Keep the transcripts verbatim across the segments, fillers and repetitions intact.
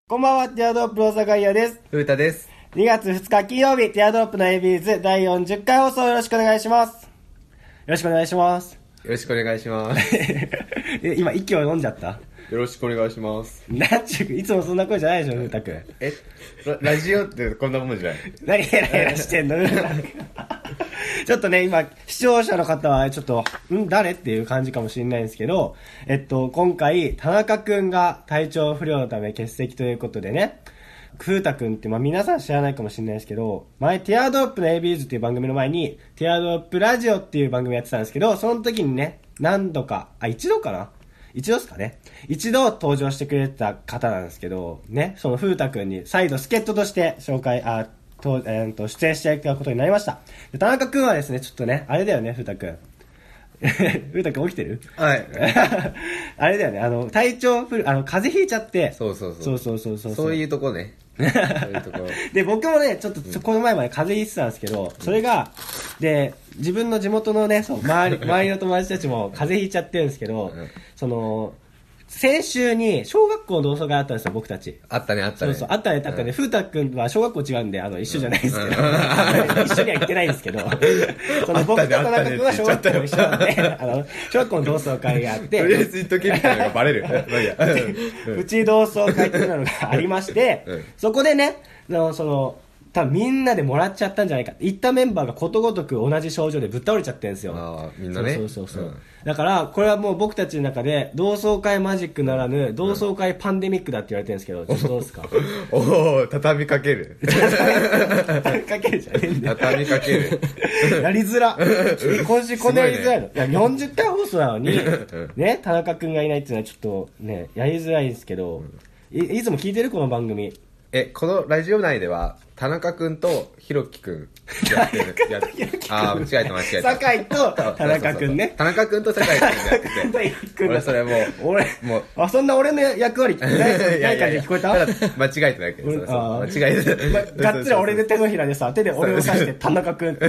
こんばんは、ティアドロップの坂井です。 ふうたです。 にがつふつか金曜日、ティアドロップの エービー ズだいよんじゅっかい放送よろしくお願いします。よろしくお願いします。 よろしくお願いします。 今、息を飲んじゃった？ よろしくお願いします。 なんちゅう、いつもそんな声じゃないでしょ、ふうたくん。 えラ、ラジオってこんなもんじゃない？ 何ヘラヘラしてんの？ちょっとね、今、視聴者の方はちょっと、ん誰っていう感じかもしれないんですけど、えっと、今回、田中くんが体調不良のため欠席ということでね、ふうたくんって、まあ皆さん知らないかもしれないですけど、前、ティアドロップの エービー ズっていう番組の前に、ティアドロップラジオっていう番組やってたんですけど、その時にね、何度か、あ、一度かな一度ですかね一度登場してくれた方なんですけど、ね、そのふうたくんに再度助っ人として紹介、あ、と、えー、と出演していただくことになりました。で田中くんはですね、ちょっとね、あれだよね、ふうたくん。ふうたくん起きてる？ はい。 あれだよね、あの、体調不良、あの、風邪ひいちゃって。 そうそうそう。 そうそうそうそう。 そういうとこね。そういうとこ。 で、僕もね、ちょっと、この前まで風邪ひいてたんですけど、それが、で、自分の地元のね、そう、周り、周りの友達たちも風邪ひいちゃってるんですけど、うん、その、先週に小学校の同窓会あったんですよ、僕たち。 あったね、あったね。 そうそう、あったね、あったね。ふうたくんは小学校違うんで、あの、一緒じゃないですけど、一緒には行ってないんですけど、その僕と田中くんは小学校も一緒なんで、あの、小学校の同窓会があって、 とりあえず言っとけみたいなのがバレる。 うち同窓会っていうのがありまして、そこでね、その、多分みんなでもらっちゃったんじゃないか。行ったメンバーがことごとく同じ症状でぶっ倒れちゃってるんですよ。 ああ、みんなね。 そうそうそうそう、うん。だから、これはもう僕たちの中で、同窓会マジックならぬ、同窓会パンデミックだって言われてるんですけど、ちょっとどうですか？ おお、畳みかける。 畳みかけるじゃねえんだよ。 畳みかける。やりづら。今週こんなやりづらいの、ね、いや、よんじゅっかい放送なのに、ね、田中くんがいないっていうのはちょっとね、やりづらいんですけど、い, いつも聞いてるこの番組。 え、このラジオ内では、田中くんとひろきくんやってる。やってああ、間違えた間違えた。 酒井と田中くんね。 田中くんと酒井くんでやってて。俺それもう、 俺、もう、あ、そんな俺の役割ない感じで聞こえた？ 間違えてないけど、そうそう間違えてがっつり俺で手のひらでさ、手で俺を刺して田中くん。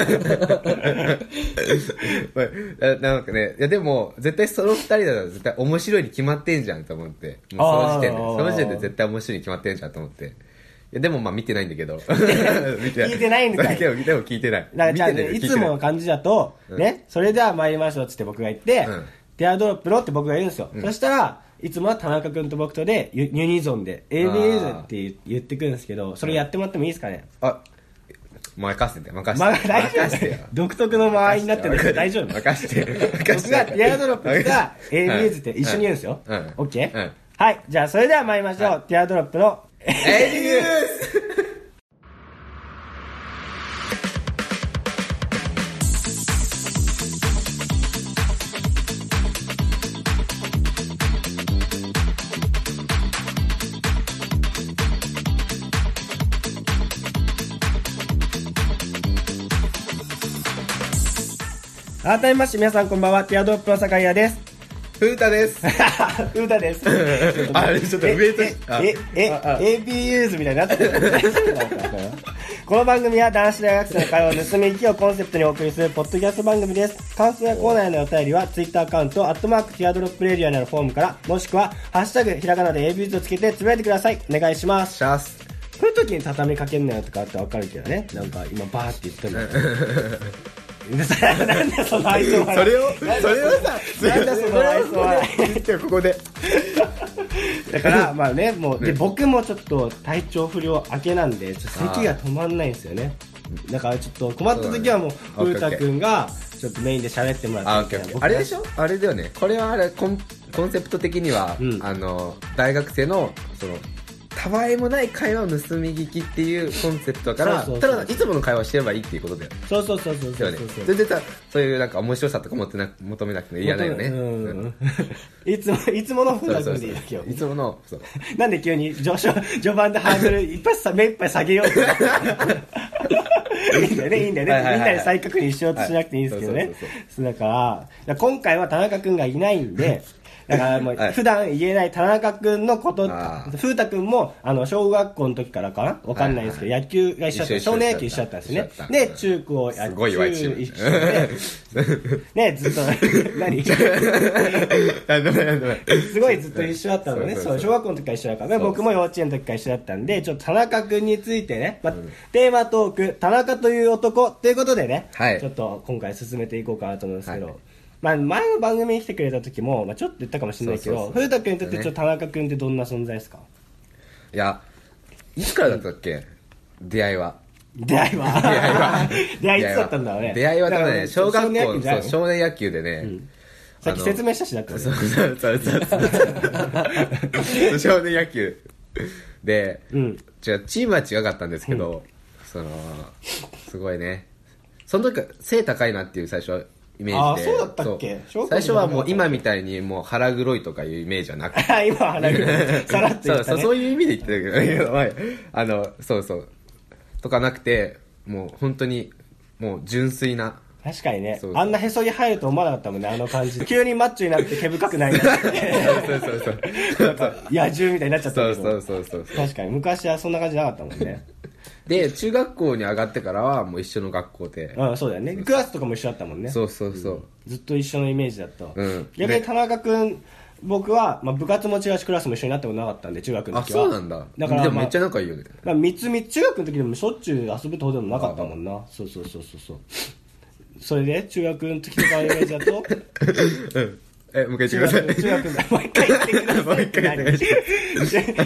なんかね、いやでも、絶対その二人だと絶対面白いに決まってんじゃんと思って。もうその時点で、その時点で絶対面白いに決まってんじゃんと思って。いやでもまあ見てないんだけど見て聞いてないんだよ。 でも聞いてない。 だからじゃあ、ね、いつもの感じだと、うん、ね、それでは参りましょうっつって僕が言って、うん、ティアドロップのって僕が言うんですよ。うん、そしたら、いつもは田中くんと僕とでユニゾンで エービーエー ズって言ってくるんですけど、それやってもらってもいいですかね？あ、 任せて任せて、 ま、大丈夫。独特の間合いになってるんだけど大丈夫？ 任せて。 僕がティアドロップが エービーエー ズって一緒に言うんですよ。オッケー？はい、じゃあそれでは参りましょう。はい、ティアドロップのエービーエーズ改めまして皆さんこんばんは、ティアドロップの坂井です。 ふうたです。 ふうたです。 あれちょっと上とえええ エービーエー ズみたいになってる。この番組は男子大学生の会話を盗み聞きをコンセプトにお送りするポッドキャスト番組です。感想やコーナーへのお便りはツイッターアカウントアットマークティアドロップレディアのフォームから、もしくはハッシュタグひらがなで エービーエー ズをつけてつぶやいてください。お願いします。 シャス。 こういう時に畳みかけんなよとかってわかるけどね。なんか今バーって言ってるの。なんでその愛想笑い、 それをそれをさ、 なんでその愛想笑い言ってここでだからまあね、もうで僕もちょっと体調不良明けなんでちょっと咳が止まんないんですよね。だからちょっと困った時はもうふうたくんがちょっとメインで喋ってもらって。 あ, あれでしょ、あれだよね、これはあれコン、コンセプト的には、うん、あの大学生のそのたわいもない会話を盗み聞きっていうコンセプトだから、ただいつもの会話をしてればいいっていうことだよ。 そうそうそうそうそう、 ね、全然さ、そういうなんか面白さとか求めな求めなくていらないよね。うん、 いつもいつものふうたくんでいいだけよ。 いつものそうなんで急に序序盤でハードルいっぱいさ目いっぱい下げようっていいんだよね、いいんだよね、はいはいはいはい、みんなで再確認しようとしなくていいんですけどね。だから今回は田中くんがいないんでだからもう普段言えない田中くんのこと、風太くんもあの小学校の時からかなわかんないですけど、野球が一緒だった、少年野球一緒だったんですね。で、中高野球すごいわ、一緒で、ね、ずっと、何すごいずっと一緒だったのね。そう、小学校の時から一緒だから、僕も幼稚園の時から一緒だったんで、ちょっと田中くんについてね、ま、テーマトーク、田中という男ということでね、ちょっと今回進めていこうかなと思うんですけど、まあ、前の番組に来てくれた時も、まあ、ちょっと言ったかもしれないけど、風太くんにとってちょっと田中くんってどんな存在ですか？ いや、いつからだったっけ、出会いは。 出会いは出会いは出会いいつだったんだろうね。 出会いは多分ね、小学校のそう少年野球でね、うん、 さっき説明したしだったね。 そうそうそうそう少年野球で、うん、違うチームは違かったんですけど、うん、そのすごいね、その時は背高いなっていう最初はイメージで。 あ、そうだったっけ？ 最初はもう今みたいにもう腹黒いとかいうイメージはなくて。 今は腹黒い。さらっと言ったね。 そうそう、そういう意味で言ってたけど、あの、そうそう。とかなくて、もう本当に、もう純粋な。 確かにね。そうそう、あんなへそに入ると思わなかったもんね、あの感じ。急にマッチョになって毛深くなりまして。そうそうそうそう。なんか、野獣みたいになっちゃったけど。 そうそうそうそう。 確かに、昔はそんな感じなかったもんね。 で、中学校に上がってからはもう一緒の学校で。 うん、そうだよね。クラスとかも一緒だったもんね。 そうそうそう。うん、 ずっと一緒のイメージだった。 うん。 逆に田中くん、僕は、まあ、部活も違うしクラスも一緒になったことなかったんで、中学の時は。 あ、そうなんだ。 だから、 でもめっちゃ仲いいよね。 まあ、三つ三つ、中学の時でもしょっちゅう遊ぶってほどでもなかったもんな。そうそうそうそうそう。それで、中学の時とかのイメージだと、 うん。え、もう一回言ってください。 中学、中学もう一回言ってください。もう一回お願いします。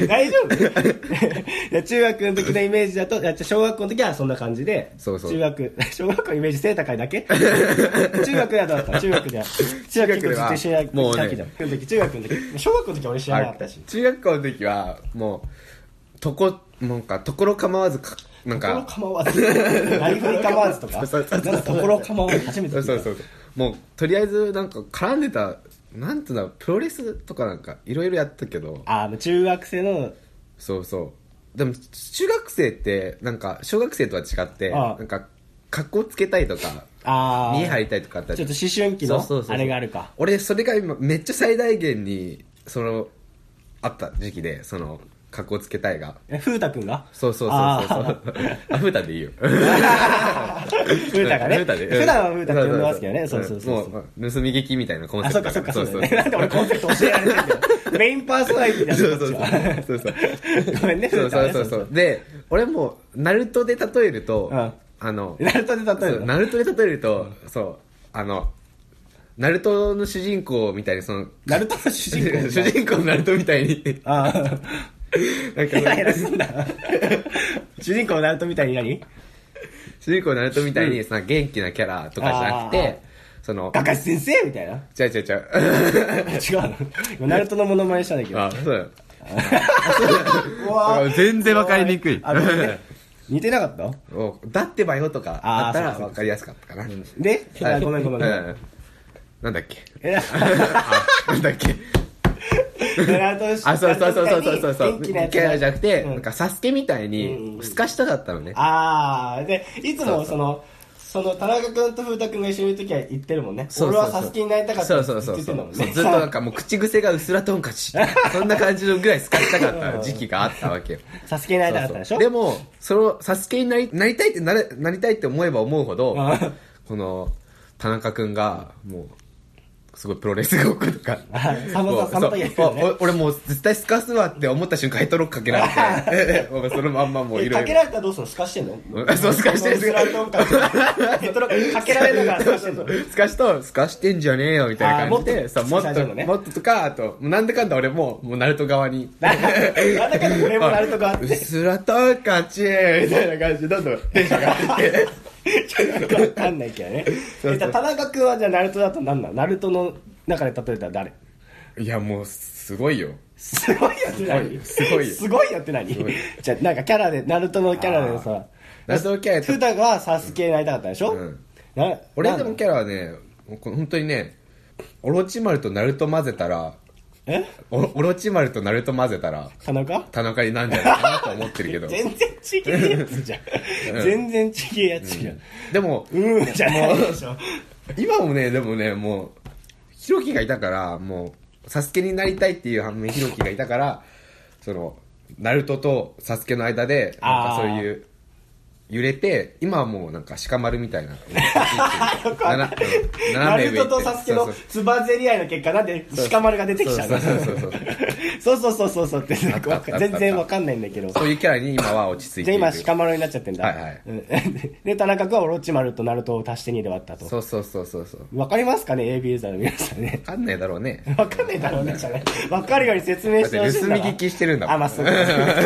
大丈夫中学の時のイメージだと、小学校の時はそんな感じで、 そうそう。 中学、小学校のイメージ背高いだけ中学ではどうだった中学では。中学ではずっと一緒にやる。もうね。中学の時、小学校の時は俺知らなかったし。 中学校の時は、もう、とこ、なんか、ところ構わずか、なんか。 ところ構わず。ライフに構わずとか。そうそうそう。なんかところ構わず初めて聞いた。 そうそうそう。もう、とりあえず、なんか、絡んでた、なんていうんだろう、プロレスとかなんかいろいろやったけど、 ああ、中学生の、 そうそうでも中学生ってなんか小学生とは違って、ああなんか格好つけたいとか、あ見え張りたいとかあったり、 ちょっと思春期のあれがあるか。 俺それが今めっちゃ最大限にそのあった時期で、その格好つけたいが。 え、風太くんがそうそうそうそう。あ、風太でいいよ。風太がね。普段は風太って呼んでますけどね。そうそうそう。 もう、盗み劇みたいなコンセプト。 あ、そっかそっかそうだね。なんで俺コンセプト教えられてるけど。メインパーソナリティだそうそうそう。そうそう。 ごめんね、 そうそうそうそう。で、俺も、ナルトで例えると、あの、 ナルトで例えるナルトで例えると、そう、あの、ナルトの主人公みたいに、その、 ナルトの主人公主人公のナルトみたいに。ああ。 なんか、ヘラヘラすんな。主人公のナルトみたいに何主人公のナルトみたいに、その元気なキャラとかじゃなくて、その、 かかし先生みたいな。 違う違う違う。 違うのナルトのモノマネしたんだけど。 あ、そうだよ。全然わかりにくい。 似てなかっただってばよとかだったらわかりやすかったかな。 でごめんごめんごめん。 なんだっけなんだっけあ、そうそうそうそうそうそう。元気なキャラじゃなくて、なんかサスケみたいに透かしたかったのね。 ああ、で、いつもその、その田中君と風太君が一緒にいるときは言ってるもんね。俺はサスケになりたかったって言ってたもんね。 ずっとなんかもう口癖がうすらとんかち。そんな感じのぐらい透かしたかった時期があったわけよ。 サスケになりたかったでしょ。 でも、そのサスケになりなりたいってなれなりたいって思えば思うほど、この田中君がもう、すごいプロレスごっことか。 サムタ、サムタやってるね。 俺もう絶対スカすわって思った瞬間ヘッドロックかけられて、そのまんまもういろいろ。 かけられたらどうするの？スカしてんの？ そう、スカしてる。ヘッドロックかけられながらスカしてんの？ スカしと、スカしてんじゃねえよみたいな感じで、さ、もっと、もっととか、あと、なんでかんだ俺も、もうナルト側に。 なんだかんだ俺もナルト側って。 うすらと勝ちみたいな感じで、どんどんテンションが上がって。 ちょっとわかんないけどね。え、田中君はじゃあナルトだと何なの？ナルトの中で例えたら誰？ いやもうすごいよ。 すごいよって何？ すごいよ。 すごいよって何？じゃあなんかキャラで、ナルトのキャラでさ、 ナルトのキャラで。 フタがサスケになりたかったでしょ？うん。 俺でもキャラはね、本当にね、オロチマルとナルト混ぜたら、 えオロチマルとナルト混ぜたら田中田中になんじゃないかなと思ってるけど全然ちげえやつじゃん、うん、全然ちげえやつじゃん、うん、 でもうんじゃないでしょ今もねでもねもうヒロキがいたからもうサスケになりたいっていう反面、ヒロキがいたから、その、ナルトとサスケの間で、なんかそういう、揺れて、今はもうなんか鹿丸みたいな。 ナルトとサスケのつばぜり合いの結果、なんで鹿丸が出てきちゃうの？そうそうそうそうそうそうって全然わかんないんだけど。 そういうキャラに今は落ち着いてる。 じゃあ今鹿丸になっちゃってんだ。 はいはい。 で、田中君はオロチマルとナルトを足してにで割ったと。 そうそうそうそう。 わかりますかね エービー ユーザーの皆さんね。 わかんないだろうね。 わかんないだろうねじゃない。わかるように説明してほしいんだ。 盗み聞きしてるんだもん。 あ、まあそうか。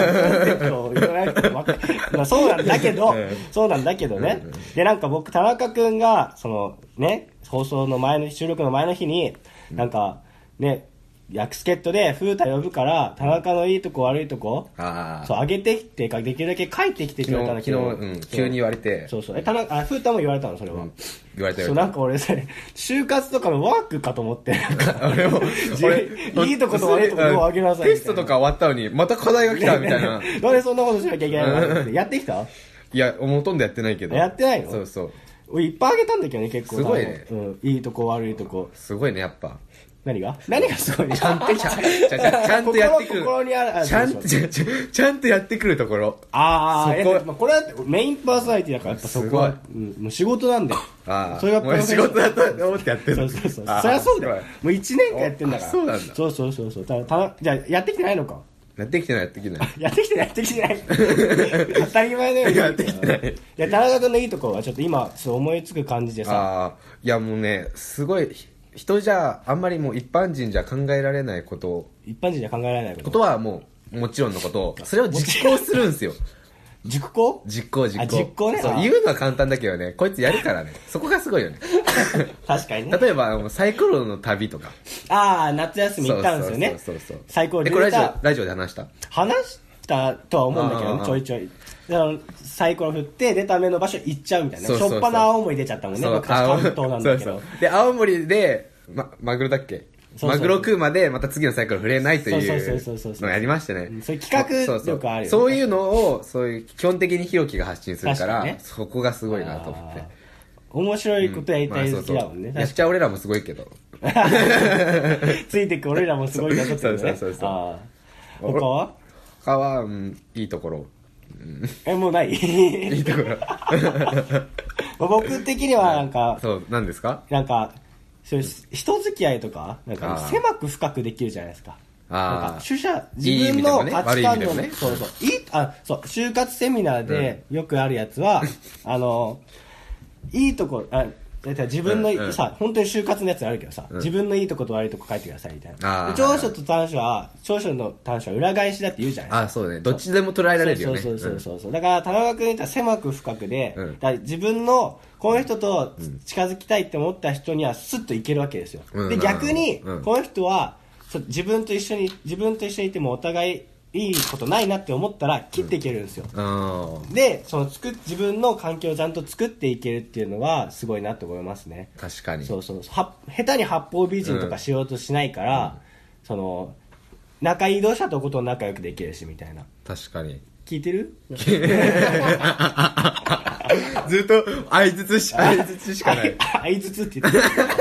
まあそうなんだけど、そうなんだけどね。で、なんか僕、田中くんが、その、ね、放送の前の、収録の前の日に、なんか、ね、ヤクスケットで、風太呼ぶから、田中のいいとこ悪いとこ、 あそう、上げてきてか、できるだけ書いてきてくれたんだけど、 昨日、うん、急に言われて。 そうそう。え、田中、あ、風太も言われたの、それは。うん、 言われたよ。 そう、なんか俺さ、就活とかのワークかと思って。 俺も、 俺、いいとこと悪いとこを上げなさい。 テストとか終わったのに、また課題が来たみたいな。 なんでそんなことしなきゃいけないのって。やってきた？ いや、ほとんどやってないけど。 やってないの？ そうそう。 俺いっぱいあげたんだけどね、結構。 すごいね。 うん。いいとこ悪いとこ。 すごいね、やっぱ。 何が何がすごいね。 ちゃんと、ちゃちゃんとやってくる。 心にある。 ちゃんと、ちゃちゃんとやってくるところ。 ああ、そこ。まあ、これはメインパーソナリティだから、やっぱそこは。うん。もう仕事なんだよ。 ああ。 それがプロフェッショナル。仕事だと思ってやってる。 そうそうそう。そりゃそうだよ。もういちねんかんやってんだから。 そうなんだ。 そうそうそうそう。たたじゃあ、やってきてないのか？ やってきてない、やってきてない。 やってきてない、やってきてない。当たり前だよね。 やってきてない。いや、田中君のいいところはちょっと今、そう思いつく感じでさ。 ああ、いやもうね、すごい、人じゃ、あんまりもう一般人じゃ考えられないことを。 一般人じゃ考えられないこと。 ことはもう、もちろんのことを、それを実行するんですよ。 実行実行実行。 実行ね。 そう、言うのは簡単だけどね、こいつやるからね。そこがすごいよね。 確かにね。 例えば、サイコロの旅とか。 ああ、夏休み行ったんですよね。 そうそうそうそう。 サイコロで。 これラジオ、ラジオで話した話したとは思うんだけどね、ちょいちょい。サイコロ振って出た目の場所行っちゃうみたいな。しょっぱな青森出ちゃったもんね、僕たち関東なんだけど。そうそう。 で、青森で、ま、マグロだっけマグロ食うまでまた次のサイクル触れないというのをやりましてね。 そういう企画力あるよね。 そういうのを、そういう基本的にヒロキが発信するから、そこがすごいなと思って。 面白いことやりたい好きだもんね。 やっちゃ俺らもすごいけど。 ついてく俺らもすごいなとそうそうそうそう。 他は他は、うん、いいところ。 え、もうないいいところ。 僕的にはなんか、 そう、何ですかなんか、そういう人付き合いとか、なんか狭く深くできるじゃないですか。なんか取捨、自分の価値観の、ね、そうそう、いい、あ、そう、就活セミナーでよくあるやつは、うん、あの、いいとこ、あ、自分の、うんうん、さ、本当に就活のやつあるけどさ、うん、自分のいいとこと悪いとこ書いてくださいみたいな。長所と短所は、長所の短所は裏返しだって言うじゃないですか。 あ、そうね。どっちでも捉えられるよね。 そうそうそうそう。うん、だから、田中君言ったら狭く深くで、うん、だ自分の、この人と近づきたいって思った人にはスッといけるわけですよ。うん、で、逆に、うん、この人は、自分と一緒に、自分と一緒にいてもお互い、いいことないなって思ったら切っていけるんですよ、うん、でその作っ自分の環境をちゃんと作っていけるっていうのはすごいなと思いますね。 確かにそうそうは下手に八方美人とかしようとしないから、うん、その仲いい同士だとこと仲良くできるしみたいな。 確かに聞いてるずっと相槌し相槌しかない相槌って言って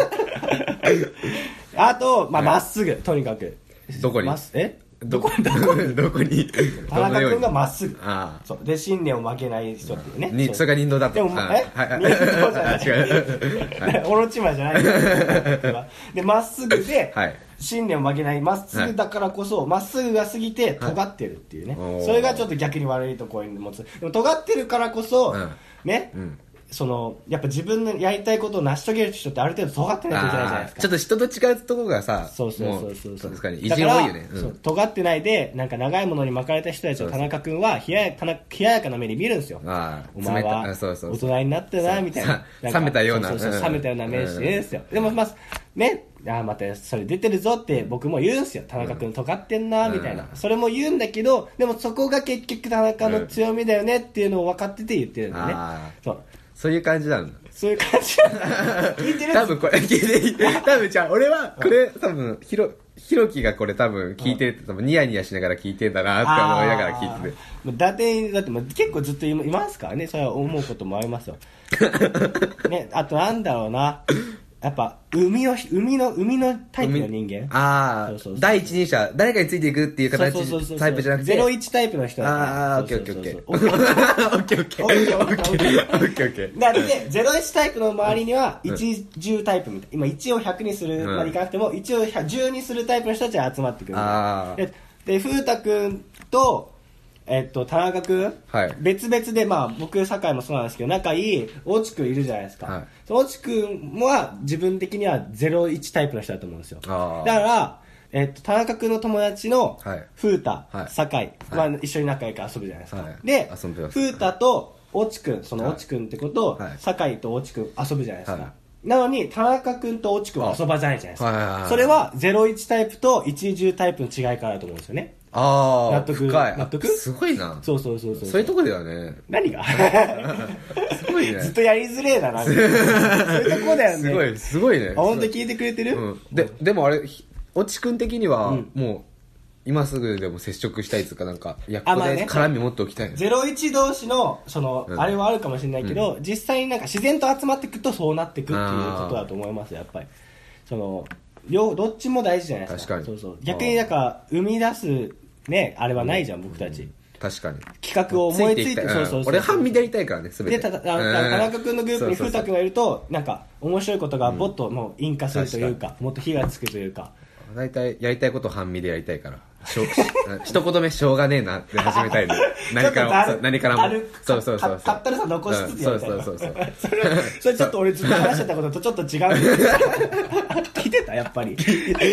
あとまあまっすぐとにかくどこにえどこどこにどこに田中君がまっすぐああそうで信念を負けない人っていうねにそれが人道だとでもえ人道じゃない違うオロチマじゃないでまっすぐで、はい、信念を負けないまっすぐだからこそま、はい、っすぐが過ぎて尖ってるっていうね、はい、それがちょっと逆に悪いところに持つ。でも尖ってるからこそ、うん、ね、うんそのやっぱ自分のやりたいことを成し遂げる人ってある程度尖ってないといけないじゃないですか。 ちょっと人と違うところがさそうそうそうそうそう確かに意地多いよね、うん、 そう尖ってないでなんか長いものに巻かれた人たちを田中君は冷やや冷ややかな目で見るんですよ。あお前は大人になってなみたいな冷めたようなそうそうそう冷めたような目してるんですよ、うん、でもまあねあまたそれ出てるぞって僕も言うんですよ。田中君尖ってんなみたいな、うん、それも言うんだけどでもそこが結局田中の強みだよねっていうのを分かってて言ってるんだね、うん、そうそういう感じなんだ。 そういう感じ聞いてる多分これ聞いて多分じゃあ俺はこれ多分ひろひろきがこれ多分聞いてるって多分ニヤニヤしながら聞いてんだなって思いながら聞いてる。 だってだって結構ずっといますからね。それは思うこともありますよ。ねあとなんだろうなやっぱ、海の、海の、海のタイプの人間。 ああ、そうそうそう、第一人者、誰かについていくっていう形、 そうそうそうそう、 タイプじゃなくて。 ゼロイチタイプの人だ、ね。 ああ、オッケーオッケーオッケー。オッケーオッケー。オッケーオッケー。オッケーオッケー。 だって、ゼロイチタイプの周りには、いち、じゅうタイプみたい。今、いちをひゃくにするまでいかなくても、いちをじゅうにするタイプの人たちが集まってくる。 ああ。 で、で、風太くんと、えっと、田中くん、はい、別々で、まあ、僕、酒井もそうなんですけど、仲いい、大地くんいるじゃないですか。はい、その大地くんは、自分的にはゼロイチタイプの人だと思うんですよ。だから、えっと、田中くんの友達の、風太、はい、酒井、まあ、一緒に仲良く遊ぶじゃないですか。はい、で、風太と、大地くん、その大地くんってこと、はい、酒井と大地くん遊ぶじゃないですか。はい、なのに、田中くんと大地くんは遊ばないじゃないですか。それは、ゼロイチタイプといちじゅうタイプの違いからだと思うんですよね。 ああ、 納得。 深い。 納得すごいな。 そうそうそうそう。 そういうとこだよね。 何がすごいね。 ずっとやりづれえな、なんか。そういうとこだよね。 すごい、すごいね。 あ、本当に聞いてくれてる、 うん、で、でもあれ、おちくん的には、うん、もう、今すぐでも接触したいとか、なんか、いや、ここで絡み持っておきたい、ね。 ゼロイチ同士の、その、うん、あれはあるかもしれないけど、うん、実際になんか自然と集まっていくとそうなっていくっていうことだと思います、やっぱり。その、両、どっちも大事じゃないですか。 確かに。 そうそう。逆になんか、生み出す、ね、あれはないじゃん、僕たち。 確かに。 企画を思いついて、そうそうそう。 俺半身でやりたいからね、すべて。 で、ただ、田中くんのグループに風太くんがいると、なんか、面白いことがもっともう引火するというか、もっと火がつくというか。 大体、やりたいことを半身でやりたいから。一言目しょうがねえなって始めたいの。何からも、何からも。そうそうそう。 かったるさ残しつつやりたい。 そうそうそう。 それちょっと俺ずっと話してたこととちょっと違う。聞いてたやっぱり。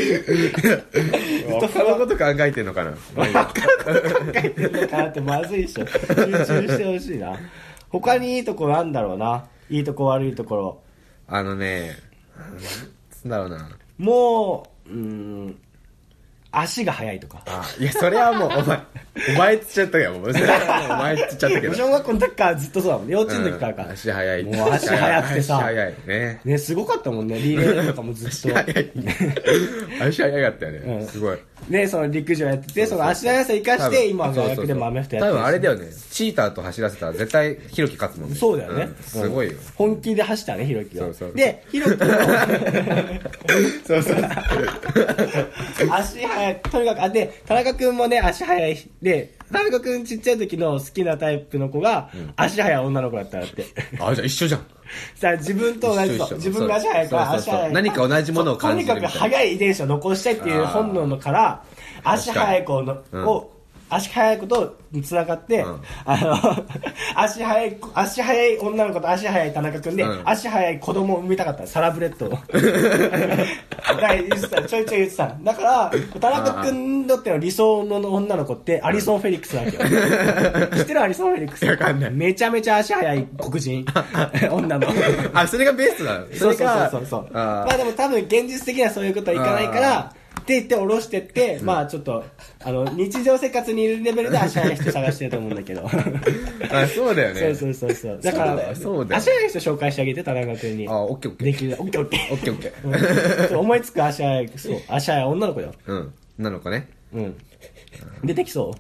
他のこと考えてんのかな。 他のこと考えてんのかなってまずいっしょ。集中してほしいな。他にいいところなんだろうな。いいとこ悪いところ。 あのね、なんだろうな。 もう、うーん。足が速いとか。 あいや、それはもう、お前、お前っつっちゃったよ、もう。それはもう、お前っつっちゃったけど。 小学校の時からずっとそうだもん。幼稚園の時からか。 うん、足速い。 もう足速くてさ。 足速いね。 ね、すごかったもんね。リレーとかもずっと。 足速い。足速かったよね。うん、すごい。 で、その陸上やってて、その足速さ生かして、今の大学でもアメフトやってる。 多分あれだよね。チーターと走らせたら絶対、ひろき勝つもんね。 そうだよね。 すごいよ。 本気で走ったね、ひろきは。 そうそう。 で、ひろきの、そうそう。足速い。とにかく、あ、で、田中くんもね、足速い。で、田中くんちっちゃい時の好きなタイプの子が、足速い女の子だったらって。 あ、じゃあ一緒じゃん。 さあ自分と同じと。自分が足速いから足速い。 何か同じものを感じる。 とにかく速い遺伝子を残したいっていう本能のから、足速い子の、を、足速い子と繋がって、うん、あの、足速い、足速い女の子と足速い田中くんで、うん、足速い子供を産みたかった。サラブレッドを。だから言ってた、ちょいちょい言ってた。だから、田中くんにとっての理想の女の子ってアリソン・フェリックスだけよ。知ってるアリソン・フェリックス。 わかんない。 めちゃめちゃ足速い黒人。女の。 あ、それがベストなの？ そうそうそうそう。まあでも多分現実的にはそういうことはいかないから、って言って下ろしてって、うん、まあちょっと、あの、日常生活にいるレベルで足早い人探してると思うんだけど。 あ、そうだよね。 そうそうそうそう。だから、そうだよ。足早い人紹介してあげて、田中君に。 あ、オッケーオッケー。 できる。オッケーオッケー。 オッケーオッケー。 うん、思いつく足早い、そう、足早い女の子よ。 うん。女の子ね。 うん。出てきそう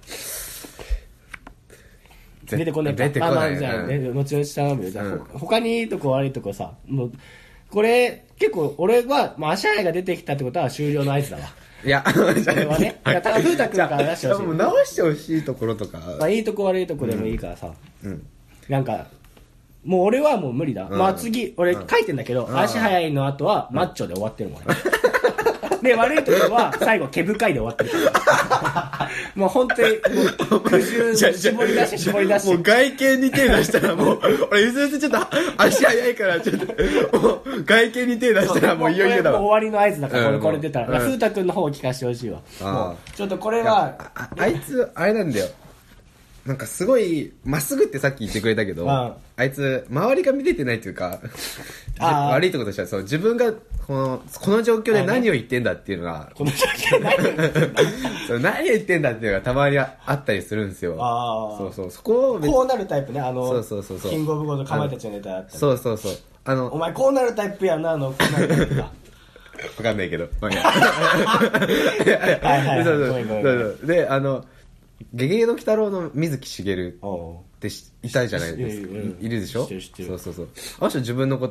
出てこないか。 出てこない。 まあまあ、じゃあ、ね、後々頼むよ。じゃあ、うん、他にいいとこ悪いとこさ、もう、これ、結構、俺は、まあ、足早いが出てきたってことは終了の合図だわ。 いや、 これはね。いや、ただ、風太くんから出してほしい。 もう直してほしいところとか。 まあ、いいとこ悪いとこでもいいからさ。 うん。 なんか、もう俺はもう無理だ。うん、まあ次、俺書いてんだけど、うん、足早いの後はマッチョで終わってるもんね。で、悪いところは最後毛深いで終わってるから。もう本当に、もう、苦渋絞り出して絞り出して。 もう外見に手出したらもう、俺、うずうずちょっと足早いから、ちょっと、もう、外見に手出したらもういよいよだわ。 もう終わりの合図だから、これ、これ出たら。風太くんの方を聞かせてほしいわ。もう、ちょっとこれは。 あ、あいつ、あれなんだよ。なんかすごい、まっすぐってさっき言ってくれたけど、あ, あいつ、周りが見れてないっていうか、悪いところとしては、そう、自分が、この、この状況で何を言ってんだっていうのが、 この状況で何を言ってんだそう、何を言ってんだっていうのがたまにあったりするんですよ。 あそうそう、そこを、 こうなるタイプね、あの、 そうそうそうそう、 キングオブゴードかまいたちのネタだった。 そうそうそう。あの、 お前こうなるタイプやな、あの、こうなるタイプか。 わかんないけど。まあいいや。 はいはい。 そうそうそうそう。で、あの、ゲゲゲの鬼太郎の水木しげるっていたじゃないですか。いるでしょ？そうそうそう。あの人自分のこと、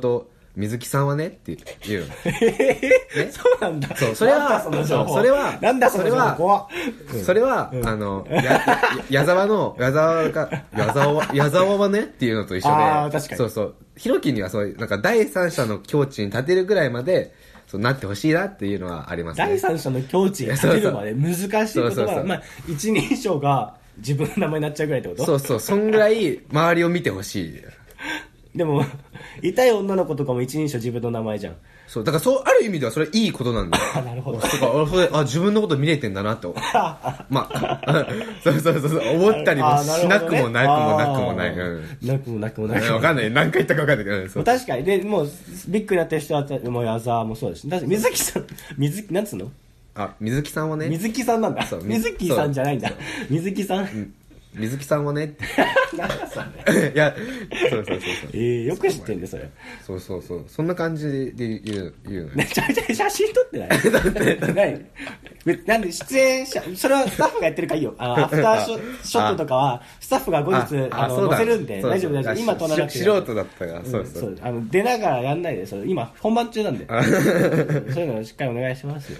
水木さんはねって言うの。 えー、そうなんだ。 そう、それは、 その情報それは、 なんだその情報怖っ。 それは、あの、や、矢沢の、矢沢が、矢沢、矢沢はねっていうのと一緒で、 あー確かにそうそう、ひろきにはそういう、なんか第三者の境地に立てるぐらいまで、そうなってほしいなっていうのはありますね。 第三者の境地に立てるまで難しいことそうそうそうは、まあ、一人称が自分の名前になっちゃうぐらいってこと？ そうそう、そんぐらい周りを見てほしい。 でも、痛い女の子とかも一人称自分の名前じゃん。 そう、だからそう、ある意味ではそれいいことなんだよ。 あ、なるほど。 とか、俺それ、あ、自分のこと見れてんだなと。まあ、そうそうそう、思ったりもしなくもなくもなくもない。うん、 なくもなくもない。 わかんない。何回言ったかわかんないけど、そう確かに。で、もう、ビッグになってる人は、もう矢沢もそうです。だって水木さん、水木、なんつうの？ あ、水木さんはね。 水木さんなんだ。水木さんじゃないんだ。水木さん。 うん水木さんはねなんだそれ。 いや、そうそうそうそう。 えー、よく知ってんね、それ。 そうそうそう。そんな感じで言う、言うのね。 めちゃめちゃ写真撮ってない何なんで出演者、それはスタッフがやってるからいいよ。あの、アフターショショットとかは、スタッフが後日、あの、載せるんで、大丈夫大丈夫。今撮らなくて。 素人だったから、そうそう。 あの、出ながらやんないで、それ今、本番中なんで。そういうのしっかりお願いしますよ。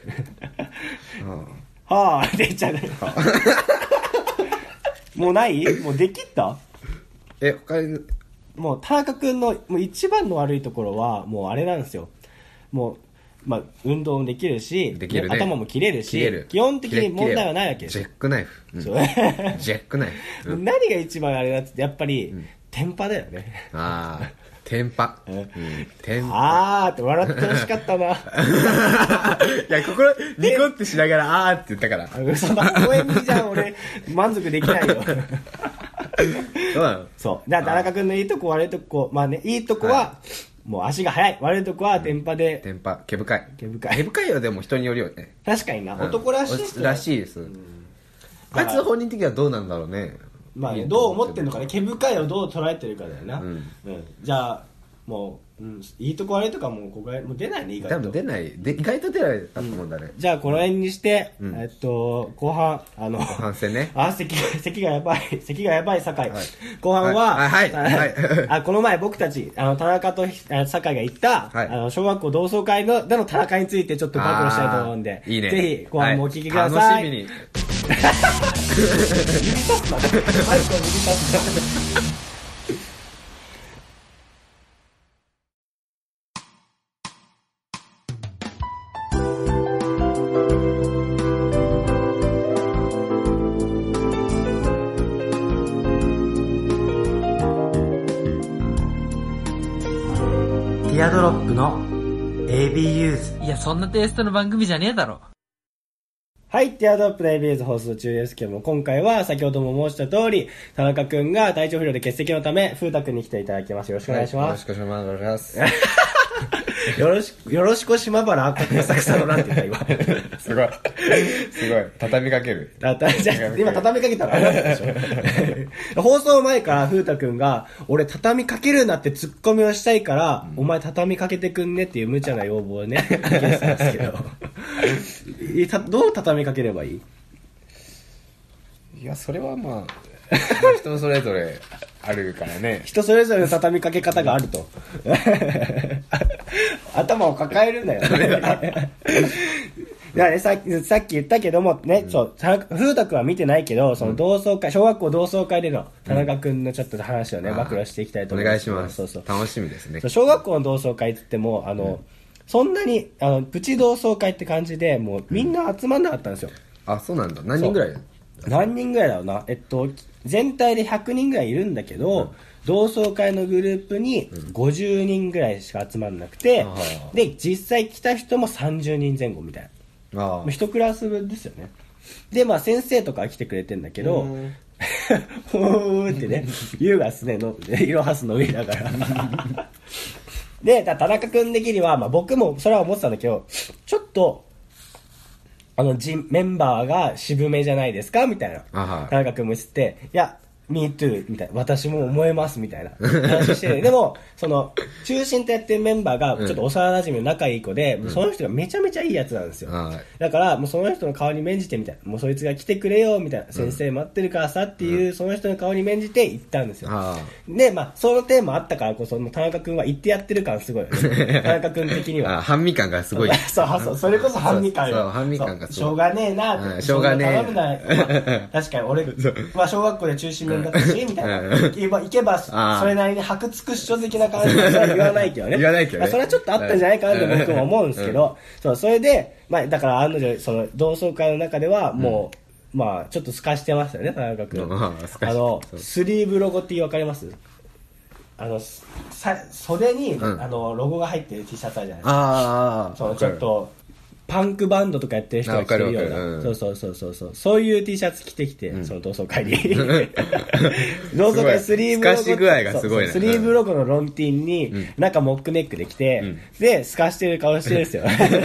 はぁ、出ちゃう。もうないもうできたえ、他に。 もう、田中くんのもう一番の悪いところは、もうあれなんですよ。もう、まあ、運動もできるし、 できるね、 頭も切れるし、 切れる基本的に問題はないわけですジェックナイフ。うん、ジェックナイフ。 うん、何が一番あれだってやっぱり、うん、テンパだよね。 ああ。テンパ。うん。テンパ。あーって笑ってほしかったな。いや、心、ニコってしながら、あーって言ったから。 そんな微笑みじゃん、俺、満足できないよ。 そうなの？ そう。だから、田中君のいいとこ、悪いとこ、まあね、いいとこは、はい、もう足が速い。悪いとこは、テンパで。 テンパ、毛深い。 毛深い。 毛深いはでも人によるよね。 確かにな、うん、男らしい人。 らしいです。うん、あいつ本人的にはどうなんだろうね。 まあ、ね、どう思ってんのかね、毛深いをどう捉えてるかだよな。うん。うん、じゃあ、もう、うん、いいとこ悪いとかもうここもう出ないね、意外と。 多分出ない。で意外と出ないだと思うんだね。 うん、じゃあ、この辺にして、うん、えっと、後半、あの、後半戦ね。 あ、咳、咳がやばい、咳がやばい、酒井。はい、後半は、 はい、はい、はい。 あ、この前僕たち、あの、田中と酒井が行った、はい、あの、小学校同窓会の、での田中についてちょっと暴露したいと思うんで、 いいね。 ぜひ、後半もお聞きください。 はい、楽しみに。 指さすな。マイクを指さすな。ティアドロップの エービー ユーズ。 いや、そんなテイストの番組じゃねえだろ。 はい、ティアドロップの エービー ユーズ放送中ですけども、今回は先ほども申した通り、田中くんが体調不良で欠席のため、風太くんに来ていただきます。よろしくお願いします。 はい、よろしくお願いします。 よろしく、よろしく島原赤く浅草のなんて言った今。 すごい。すごい。畳みかける。 たたじゃ今畳みかけたらあれでしょ。放送前から風太くんが、俺畳みかけるなってツッコミをしたいから、うん、お前畳みかけてくんねっていう無茶な要望をね、言ってたんですけど。どう畳みかければいい？ いや、それはまあ、まあ、人それぞれあるからね。 人それぞれの畳みかけ方があると。頭を抱えるんだよね。だからね、さっき、さっき言ったけども、ね、うん、そう、風太くんは見てないけど、その同窓会、小学校同窓会での田中くんのちょっと話をね、うん、暴露していきたいと思います。 お願いします。 そうそう。 楽しみですね。 そう、小学校の同窓会って言っても、あの、うん、そんなに、あの、プチ同窓会って感じで、もうみんな集まんなかったんですよ。 うん、あ、そうなんだ。何人ぐらい？ 何人ぐらいだろうな。えっと、全体でひゃくにんぐらいいるんだけど、うん、同窓会のグループにごじゅうにんぐらいしか集まんなくて、うん、で、実際来た人もさんじゅうにんぜん後みたいな。ああ。一クラス分ですよね。で、まあ先生とか来てくれてんだけど、ほーってね、優雅っすね、の、イロハスの上だから。で、田中くん的には、まあ僕もそれは思ってたんだけど、ちょっと、あの、メンバーが渋めじゃないですかみたいな。田中くんも言ってて、いや、 Me too みたいな、私も思いますみたいな話してでもその中心とやってるメンバーがちょっと幼馴染の仲いい子で、うん、その人がめちゃめちゃいいやつなんですよ、うん、だからもうその人の顔に免じてみたいな、もうそいつが来てくれよみたいな、うん、先生待ってるからさっていう、うん、その人の顔に免じて行ったんですよ、うん、でまあそのテーマあったからこそ田中君は言ってやってる感すごいよね田中君的には半身感がすごいそうそうそれこそ半身感よ、 そうそう半身感がすごい、 しょうがねえなって、 うん、しょうがねえ、 まあ、確かに俺は小学校で中心面だったしみたいな行けば、行けばそれなりに白尽くし書的な感じでは言わないけどね言わないけどね、 それはちょっとあったんじゃないかなと僕も思うんですけど、うん、そうそれで、まあ、だから案の定その同窓会の中ではもう、うん、まあちょっと透かしてましたよね田中君、うん、あのスリーブロゴって分かります？あのさ袖に、うん、あのロゴが入ってる T シャツあるじゃないですか、 ああそうちょっとパンクバンドとかやってる人が着てるような、うん、そうそうそうそうそうそういう T シャツ着てきて、うん、その同窓会に同窓会スリーブロゴ透かし具合がすごいね、 スリーブロゴのロンティンに、うん、中モックネックで着て、うん、で透かしてる顔してるんですよ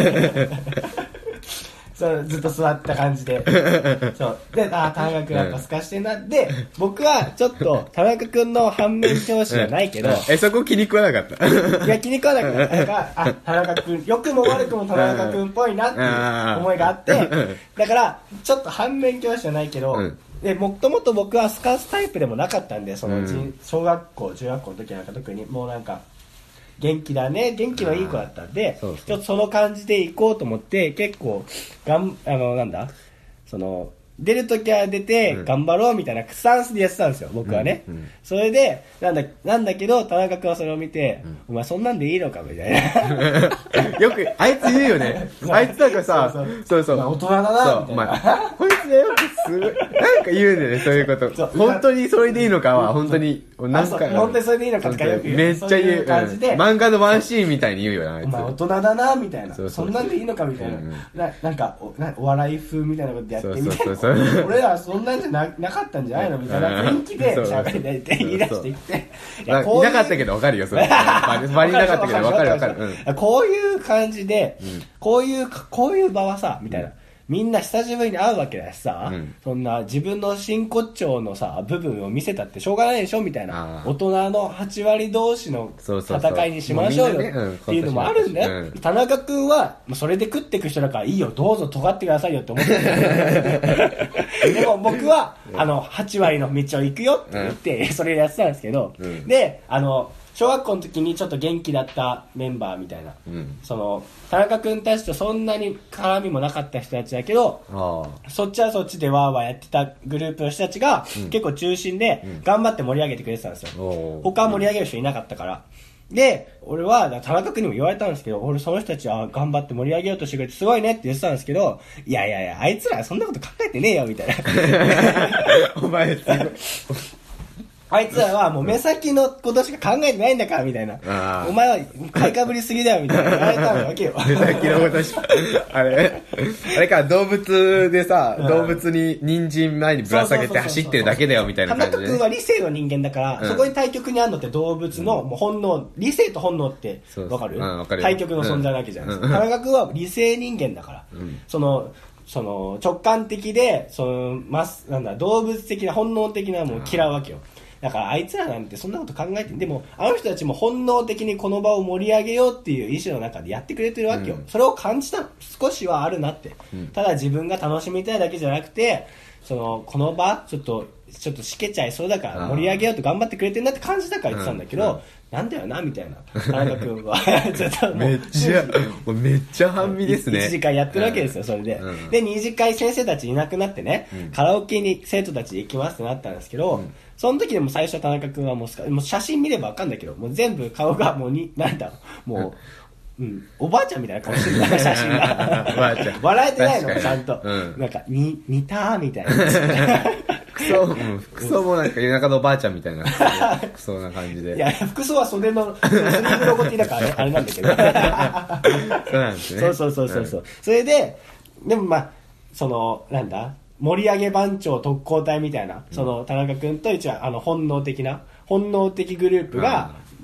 そうずっと座った感じでそうで、あ田中君やっぱ透かしてんな、うん、で僕はちょっと田中君の反面教師じゃないけど、うん、 えそこ気に食わなかったいや気に食わなかったなんかあ田中君良くも悪くも田中君っぽいなっていう思いがあってだからちょっと反面教師じゃないけど、うんでもともと僕は透かすタイプでもなかったんでその、うん、小学校中学校の時なんか特にもうなんか元気だね元気のいい子だったんでそうそうちょっとその感じで行こうと思って結構がんあのなんだその出るときは出て頑張ろうみたいなスタンスでやってたんですよ僕はね、うんうん、それでなんだなんだけど田中君はそれを見て、うん、お前そんなんでいいのかみたいなよくあいつ言うよねあいつなんかさそうそうそうそう、 まあ、大人だなみたいなこいつねよくすごいなんか言うんだよねそういうこと本当にそれでいいのかは本当に何回本当にそれでいいのかとかよく言うめっちゃ言う、う感じで、うん、漫画のワンシーンみたいに言うよなあいつお前大人だなみたいな そ, そんなんでいいのかみたいな、うん、な, なんか お, なお笑い風みたいなことやってみたいなそうそうそう俺らはそんなんじゃ な, なかったんじゃないのみたいな雰囲気で喋りって言い出していっていやこういういなかったけど分かるよそれバリなかったけど分かる分かる、 うん、こういう感じで、うん、こういうこういう場はさみたいな、うんみんな久しぶりに会うわけだしさ、うん、そんな自分の真骨頂のさ部分を見せたってしょうがないでしょみたいな大人のはち割同士の戦いにしましょうよっていうのもあるんだよ、うん、田中君はそれで食っていく人だからいいよどうぞ尖ってくださいよって思ってるでも僕はあのはち割の道を行くよって言ってそれやってたんですけど、うん、であの小学校の時にちょっと元気だったメンバーみたいな、うん、その田中君たちとそんなに絡みもなかった人たちだけどそっちはそっちでワーワーやってたグループの人たちが、うん、結構中心で頑張って盛り上げてくれてたんですよ、うん、他は盛り上げる人いなかったからで俺は田中君にも言われたんですけど俺その人たちは頑張って盛り上げようとしてくれてすごいねって言ってたんですけどいやいやいやあいつらそんなこと考えてねえよみたいなお前すごいあいつらはもう目先のことしか考えてないんだからみたいなお前は買いかぶりすぎだよみたいな言われたわけよ目先のことしかあれあれか動物でさ、うん、動物に人参前にぶら下げて走ってるだけだよみたいな感じで、ね、田中君は理性の人間だから、うん、そこに対極にあるのって動物の、うん、もう本能理性と本能って分かる、うん、対極の存在なわけじゃないですか、うん、田中君は理性人間だから、うん、そのその直感的でそのマスなんだ動物的な本能的なものを嫌うわけよ、だからあいつらなんてそんなこと考えてでもあの人たちも本能的にこの場を盛り上げようっていう意思の中でやってくれてるわけよ、うん、それを感じた少しはあるなって、うん、ただ自分が楽しみたいだけじゃなくてそのこの場ちょっとちょっとしけちゃいそうだから盛り上げようと頑張ってくれてるなって感じたから言ってたんだけど、うんうん、なんだよなみたいな田中君はちょっともうめっちゃもうめっちゃ半身ですねいちじかんやってるわけですよそれで、うん、でに次会先生たちいなくなってね、うん、カラオケに生徒たち行きますってなったんですけど、うん、その時でも最初田中君はもう、もう写真見れば分かんないけどもう全部顔がもうになんだもう、うん、おばあちゃんみたいな顔してる写真がおばあちゃん笑えてないのちゃんと、うん、なんかに似たみたいな服装、うん、服装もなんか夜中のおばあちゃんみたいな服装な感じでいや服装は袖のスリーブロゴティだからねあれなんだけどそうなんですねそうそうそうそうそう、うん、それででもまあそのなんだ盛り上げ番長特攻隊みたいな、うん、その田中君と一応あの本能的な本能的グループが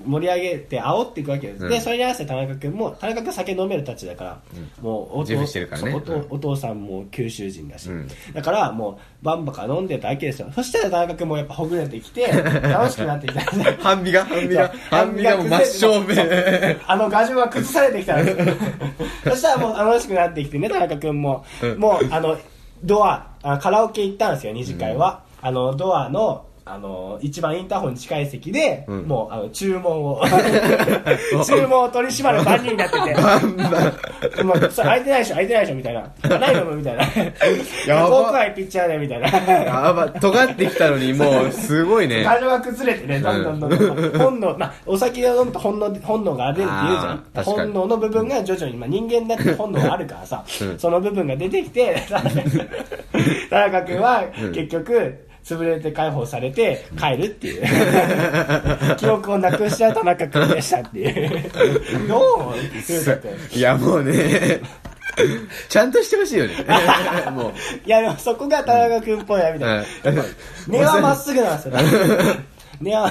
盛り上げて煽っていくわけです、 うん、 でそれに合わせて田中君も田中君酒飲めるたちだから、うん、もうお自負してるからね、 お, お, お父さんも九州人だし、 うん、 だからもうバンバカ飲んでたわけですよ。そしたら田中君もやっぱほぐれてきて楽しくなってきた半身が半身が半身がもう真正面あの牙城が崩されてきたんですそしたらもう楽しくなってきてね、田中君も、うん、もうあのドアあカラオケ行ったんですよ、二次会は、うん、あのドアのあの一番インターホンに近い席で、うん、もうあの注文を注文を取り締まる番人になっててもうそれ空いてないでしょ空いてないでしょみたいなないのみたいな豪快ピッチャーでみたいなやば尖ってきたのにもうすごいね感情が崩れてねどんどんどんどん本能、まあ、お酒を飲むと本能本能が出るって言うじゃん。本能の部分が徐々に、まあ、人間だって本能があるからさ、うん、その部分が出てきて田中君は結局、うん潰れて解放されて帰るっていう記憶をなくしちゃう田中君でしたっていうどう思う？ いやもうねちゃんとしてほしいよねもういやでもそこが田中君っぽいなみたいな、うん、根はまっすぐなんですよ根は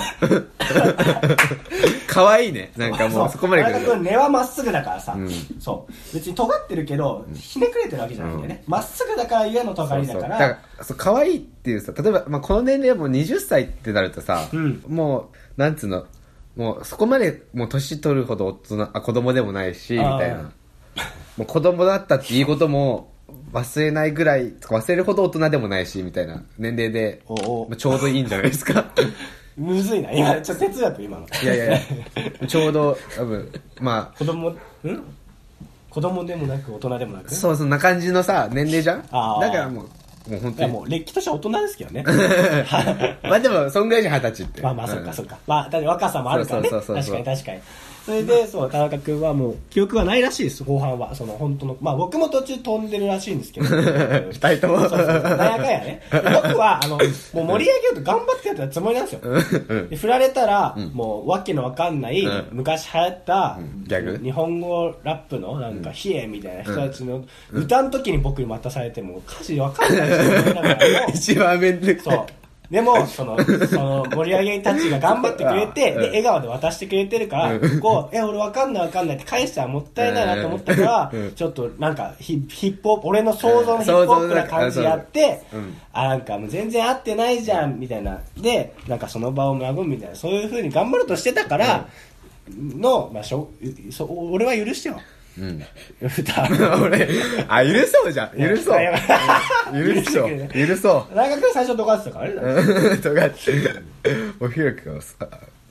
可愛いねなんかもうそこまで田中君根はまっすぐだからさ、うん、そう別に尖ってるけどひねくれてるわけじゃないんだよねま、うん、っすぐだからゆえの尖りだから、 そうそうだからそう可愛いっていうさ例えば、まあ、この年齢はもうはたちってなるとさ、うん、もうなんつうのもうそこまでもう年取るほど大人あ子供でもないしみたいなもう子供だったっていうことも忘れないぐらい忘れるほど大人でもないしみたいな年齢でおお、まあ、ちょうどいいんじゃないですかむずいな今ちょっと哲学今のいやいやいやちょうど多分まあ子供ん子供でもなく大人でもなくそうそんな感じのさ年齢じゃんあだからもうもう本当にもうれっきとした大人ですけどねまあでもそんぐらいじゃ二十歳ってまあまあそっかそっか、うん、まあだって若さもあるからね確かに確かにそれでそう田中君はもう記憶がないらしいです後半はその本当のまあ僕も途中飛んでるらしいんですけど二人ともそうそうそうなんやかんやね僕はあのもう盛り上げようと頑張ってやったつもりなんですよ、うん、で振られたら、うん、もうわけのわかんない、うん、昔流行った、うん、ギャグ日本語ラップのなんかヒエみたいな人たちの、うん、歌の時に僕に待たされても歌詞わかんない一番面倒くさいそうでもそのその盛り上げたちが頑張ってくれてで笑顔で渡してくれてるからこうえ俺わかんないわかんないって返したらもったいないなと思ったからちょっとなんかヒップホップ俺の想像のヒップホップな感じやってあなんかもう全然合ってないじゃんみたいなでなんかその場を和むみたいなそういう風に頑張ろうとしてたからのまあしょそ俺は許してようん、 俺あ許そうじゃん許そう許そう許そう大学最初尖ってたからあれだ尖っておひろきがさ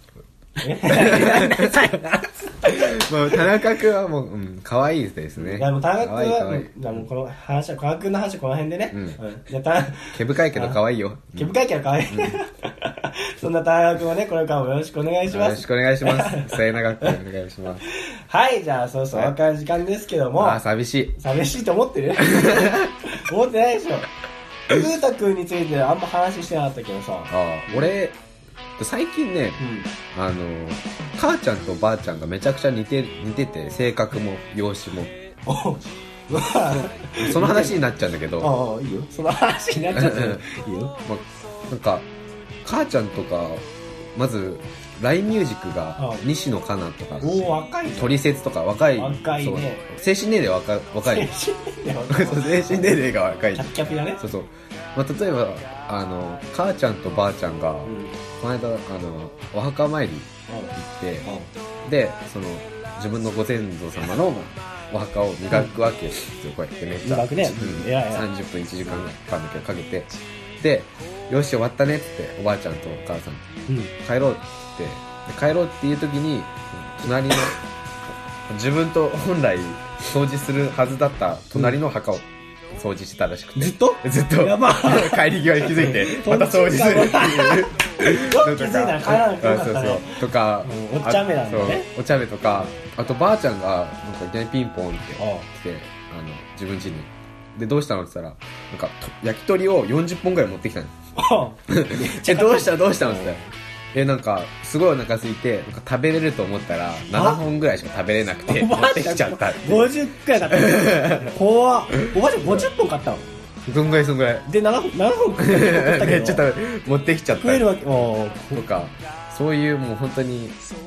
もう田中君はもう、うん、可愛いですね。 いやもう田中君はもうこの話は田中君の話はこの辺でね。うん。うん、じゃた毛深いけど可愛いよ。 毛深いけど可愛い。うん、そんな田中君はねこれからもよろしくお願いします。よろしくお願いします。末永くお願いします。 はいじゃあそうそうお別れ時間ですけども。 あ寂しい。 寂しいと思ってる？思ってないでしょ。風太君についてあんま話してなかったけどさ。 ああ俺。最近ね、うん、あの母ちゃんとばあちゃんがめちゃくちゃ似て似てて性格も容姿もその話になっちゃうんだけどああいいよその話になっちゃういいよ、 まあ、なんか母ちゃんとかまず ライン ミュージックが西野カナとかお若いトリセツとか若い若いね精神年齢若若い精神年齢が若いキャピキャピだねそうそう、まあ、例えばあの母ちゃんとばあちゃんが、うん、この間あのお墓参り行って、うん、でその自分のご先祖様のお墓を磨くわけですよ、うん、こうやってめっちゃ、 ねうん、さんじゅっぷんいちじかんかんかけてでよし終わったねっておばあちゃんとお母さん、うん、帰ろうってで帰ろうっていう時に隣の自分と本来掃除するはずだった隣の墓を掃除してたらしくてずっとずっとやば帰り際に気づいてまた掃除するっていう気づいたら帰らなくてよかったねとか、 うん、お茶目なんだねお茶目とかあとばあちゃんがなんかいきなりピンポンって来てあの自分家にでどうしたのって言ったらなんか焼き鳥をよんじゅっぽんぐらい持ってきたのえどうしたどうしたのって言ったらえなんかすごいお腹空いてなんか食べれると思ったらななほんぐらいしか食べれなくて持ってきちゃったごじゅっくらい買った怖っおばあちゃんごじゅっぽん買ったのそんぐらいそんぐらいでななほん食ったけどちょっと持ってきちゃった食えるわけとかそういうもう本当に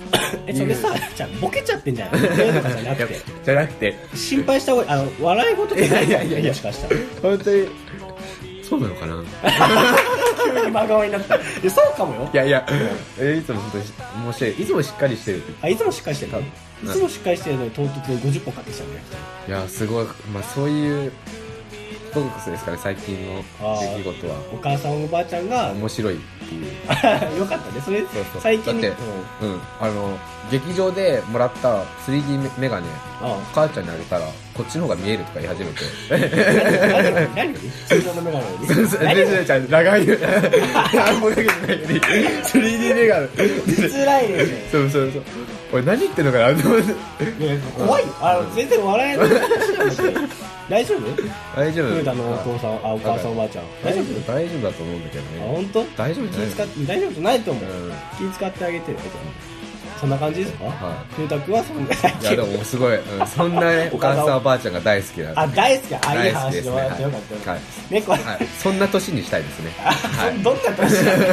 え、それさ、じゃあボケちゃってんじゃん。ボケとかじゃなくて。 じゃなくて。 心配した方がいい。あの、笑い事じゃないからね、もしかしたら。 本当に、そうなのかな急に真顔になった。いや、そうかもよ。 いやいや、えいつも本当に、面白い。いつもしっかりしてる。 あ、いつもしっかりしてるかいつもしっかりしてるのに唐突にごじゅっぽん買ってきたんだよ。 いや、すごい。まあそういう、フォークスですから、最近の出来事は。 お母さんおばあちゃんが。 面白いっていう。 よかったね。それ、 そうそう最近だって、うん、うん。あの、劇場でもらった スリーディー メガネ、母ちゃんにあげたら、こっちの方が見えるとか言い始めて。 何何通常のメガネよりそうそう、全然ちゃん、長い。何もかけてないのに、スリーディー メガネ。 辛いね。 そうそうそう。俺何言ってんのかなと思って。 怖いよ。あの、全然笑えない。大丈夫大丈夫。 フーダのお父さん、あ、お母さんおばあちゃん。 大丈夫大丈夫だと思うんだけどね。 あ、本当？ 大丈夫じゃない気大丈夫じゃないと思う。気使ってあげてる。そんな感じですか？はい。フーダ君はそんな。いや、でもすごい、そんなね、お母さんおばあちゃんが大好きだ。 あ、大好き。あ、いい話で終わってよかった。 はい。 ね、これ。 そんな年にしたいですね。 はい。どんな年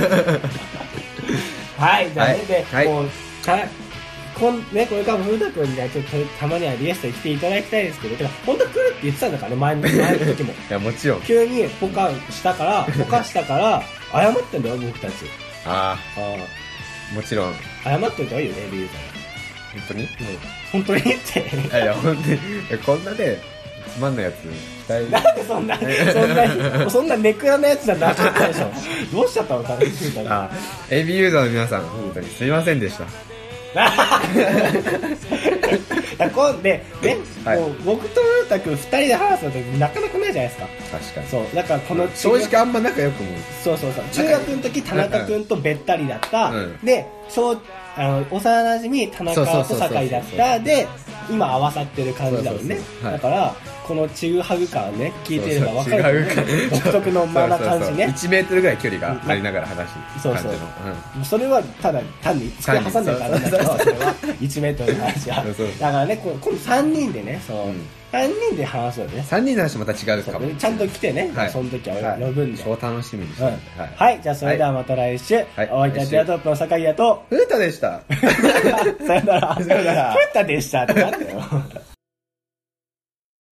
はい、じゃあね、で、もう、こんね、これからも風太くんにはちょっとたまにはリエストに来ていただきたいですけど、てか本当は来るって言ってたんだからね、前の前の時も。いや、もちろん。 急にポカしたから、ポカしたから、謝ってんだよ、僕たち。 ああ。ああ。もちろん。 謝っておいた方がいいよね、リエさん。本当に？うん。 本当にって。 いやいや、本当に。こんなね、つまんないやつ、期待。 なんでそんな、そんな、そんなネクラなやつじゃなかったでしょ。どうしちゃったのかな、 あ、エービー ユーザーの皆さん、本当にすいませんでした。 だこんで、ね、はい、もう僕と風太くん二人で話すのってなかなかないじゃないですか。 確かに。 そう、だからこの正直あんま仲良くも。 そうそうそう。中学の時田中くんとべったりだった。うん、で、小あの幼馴染田中と酒井だった。で、今合わさってる感じだもんね。だから。このちぐはぐ感ね、聞いてれば分かる、ね。独特の間な感じね。 いちメートルぐらい距離がありながら話す感じの。 そうそう。うん、それはただ単に机挟んでるからなんだけど、それはいちメートルの話は。だからね、今度さんにんでね、そう。うんさんにんで話すよね。 さんにんの話また違うかも。 ちゃんと来てね。はい、その時は呼ぶんで。 超楽しみにして、 うんはい。はい。じゃあそれではまた来週。はい、お相手はティアトップの酒井屋と、 ふうたでした。 さよなら。さよなら。ふうたでしたってなってよ。